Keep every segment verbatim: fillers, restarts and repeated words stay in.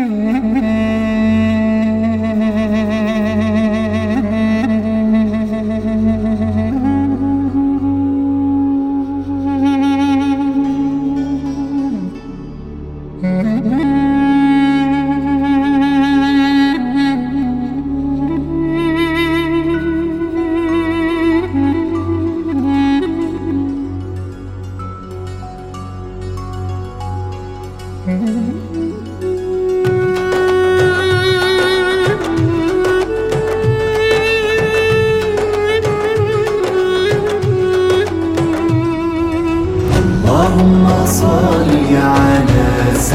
اللهم صل على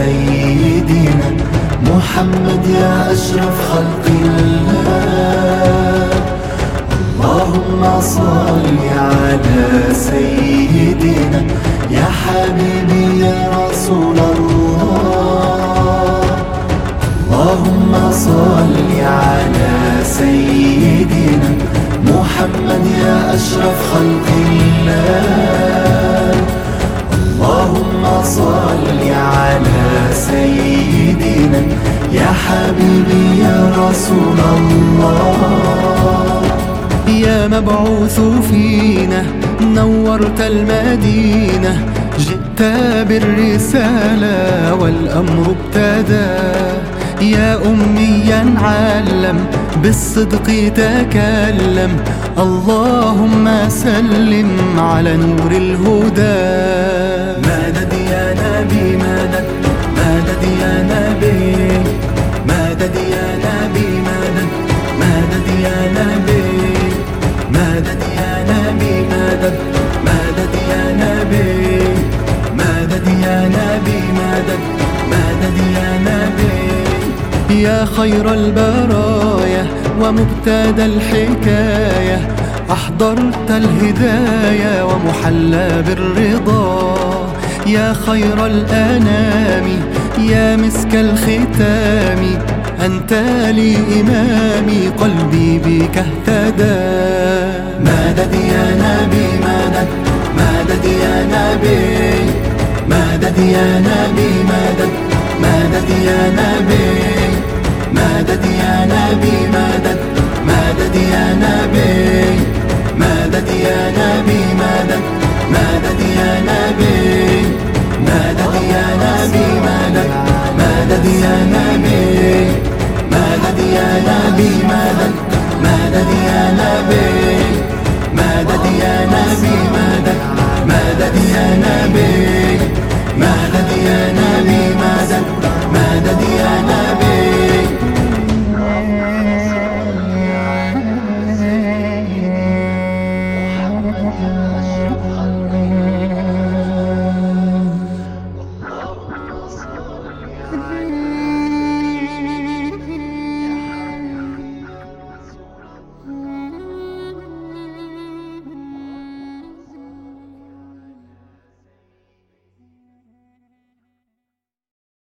سيدنا محمد يا أشرف خلق الله. اللهم صل على سيدنا يا حبيبي يا رسول الله. اللهم صل على سيدنا محمد يا أشرف خلق الله. اللهم صل على سيدنا يا حبيبي يا رسول الله. يا مبعوث فينا نورت المدينة، جئت بالرسالة والأمر ابتدى. يا أميا علم بالصدق تكلم، اللهم سلم على نور الهدى. مدد يا نبي مدد، مدد يا نبي، مدد يا نبي مدد، مدد يا نبي، مدد يا نبي مدد، مدد يا نبي، مدد يا نبي مدد، مدد يا نبي. يا خير البرايا ومبتدى الحكاية، أحضرت الهدايا ومحلى بالرضا. يا خير الأنام يا مسك الختام، أنت لي إمامي قلبي بك اهتدى. مدد يا نبي مدد، مدد يا نبي، مدد يا نبي مدد، مدد يا نبي، مدد يا نبي مدد، مدد يا نبي، مدد يا نبي مدد، مدد يا نبي، مدد يا نبي مدد، مدد يا نبي، مدد يا نبي مدد، مدد يا نبي، مدد يا نبي مدد، مدد يا نبي.